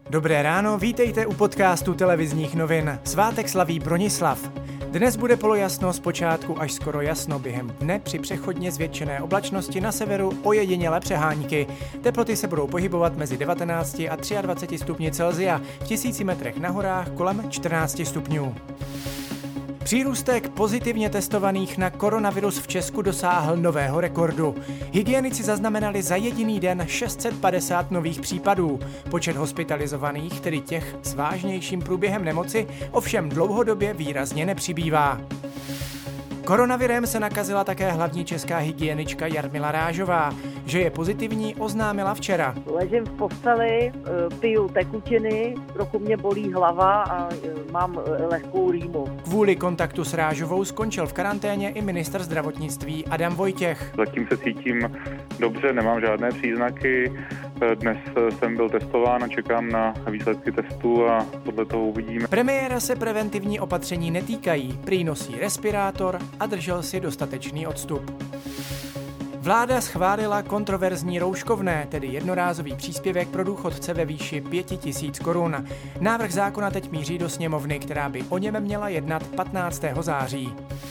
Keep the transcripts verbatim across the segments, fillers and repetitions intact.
Dobré ráno, vítejte u podcastu televizních novin. Svátek slaví Bronislav. Dnes bude polojasno, zpočátku až skoro jasno, během dne při přechodně zvětšené oblačnosti na severu ojedinělé přehánky. Teploty se budou pohybovat mezi devatenácti a dvaceti třemi stupni Celsia, v tisíci metrech na horách kolem čtrnácti stupňů. Přírůstek pozitivně testovaných na koronavirus v Česku dosáhl nového rekordu. Hygienici zaznamenali za jediný den šest set padesát nových případů. Počet hospitalizovaných, tedy těch s vážnějším průběhem nemoci, ovšem dlouhodobě výrazně nepřibývá. Koronavirem se nakazila také hlavní česká hygienička Jarmila Rážová. Že je pozitivní, oznámila včera. Ležím v posteli, piju tekutiny, trochu mě bolí hlava a mám lehkou rýmu. Kvůli kontaktu s Rážovou skončil v karanténě i ministr zdravotnictví Adam Vojtěch. Zatím se cítím dobře, nemám žádné příznaky. Dnes jsem byl testován a čekám na výsledky testu a podle toho uvidíme. Premiéra se preventivní opatření netýkají, prý nosí respirátor a držel si dostatečný odstup. Vláda schválila kontroverzní rouškovné, tedy jednorázový příspěvek pro důchodce ve výši pět tisíc korun. Návrh zákona teď míří do sněmovny, která by o něm měla jednat patnáctého září.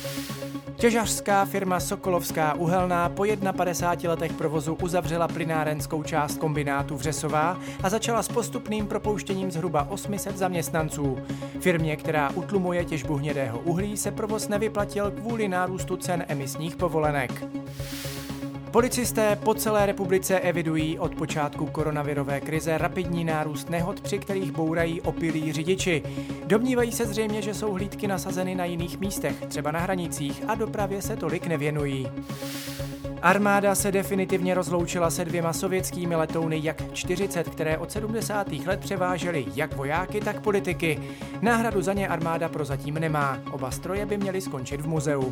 Těžařská firma Sokolovská uhelná po padesáti jedna letech provozu uzavřela plynárenskou část kombinátu Vřesová a začala s postupným propouštěním zhruba osm set zaměstnanců. Firmě, která utlumuje těžbu hnědého uhlí, se provoz nevyplatil kvůli nárůstu cen emisních povolenek. Policisté po celé republice evidují od počátku koronavirové krize rapidní nárůst nehod, při kterých bourají opilí řidiči. Domnívají se zřejmě, že jsou hlídky nasazeny na jiných místech, třeba na hranicích, a dopravě se tolik nevěnují. Armáda se definitivně rozloučila se dvěma sovětskými letouny Jak čtyřicet, které od sedmdesátých let převážely jak vojáky, tak politiky. Náhradu za ně armáda prozatím nemá. Oba stroje by měly skončit v muzeu.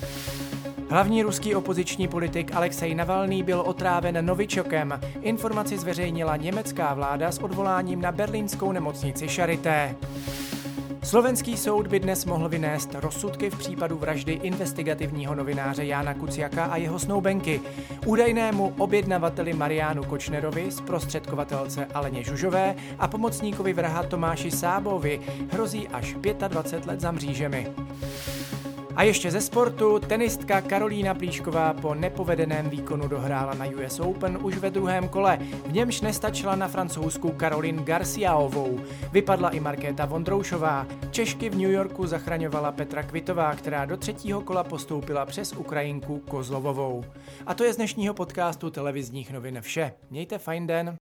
Hlavní ruský opoziční politik Alexej Navalný byl otráven novičokem. Informaci zveřejnila německá vláda s odvoláním na berlínskou nemocnici Charité. Slovenský soud by dnes mohl vynést rozsudky v případu vraždy investigativního novináře Jána Kuciaka a jeho snoubenky. Údajnému objednavateli Mariánu Kočnerovi, zprostředkovatelce Aleně Žužové a pomocníkovi vraha Tomáši Sábovi hrozí až dvacet pět let za mřížemi. A ještě ze sportu, tenistka Karolína Plíšková po nepovedeném výkonu dohrála na U S Open už ve druhém kole. V němž nestačila na Francouzsku Caroline Garciaovou. Vypadla i Markéta Vondroušová. Češky v New Yorku zachraňovala Petra Kvitová, která do třetího kola postoupila přes Ukrajinku Kozlovovou. A to je z dnešního podcastu televizních novin vše. Mějte fajn den.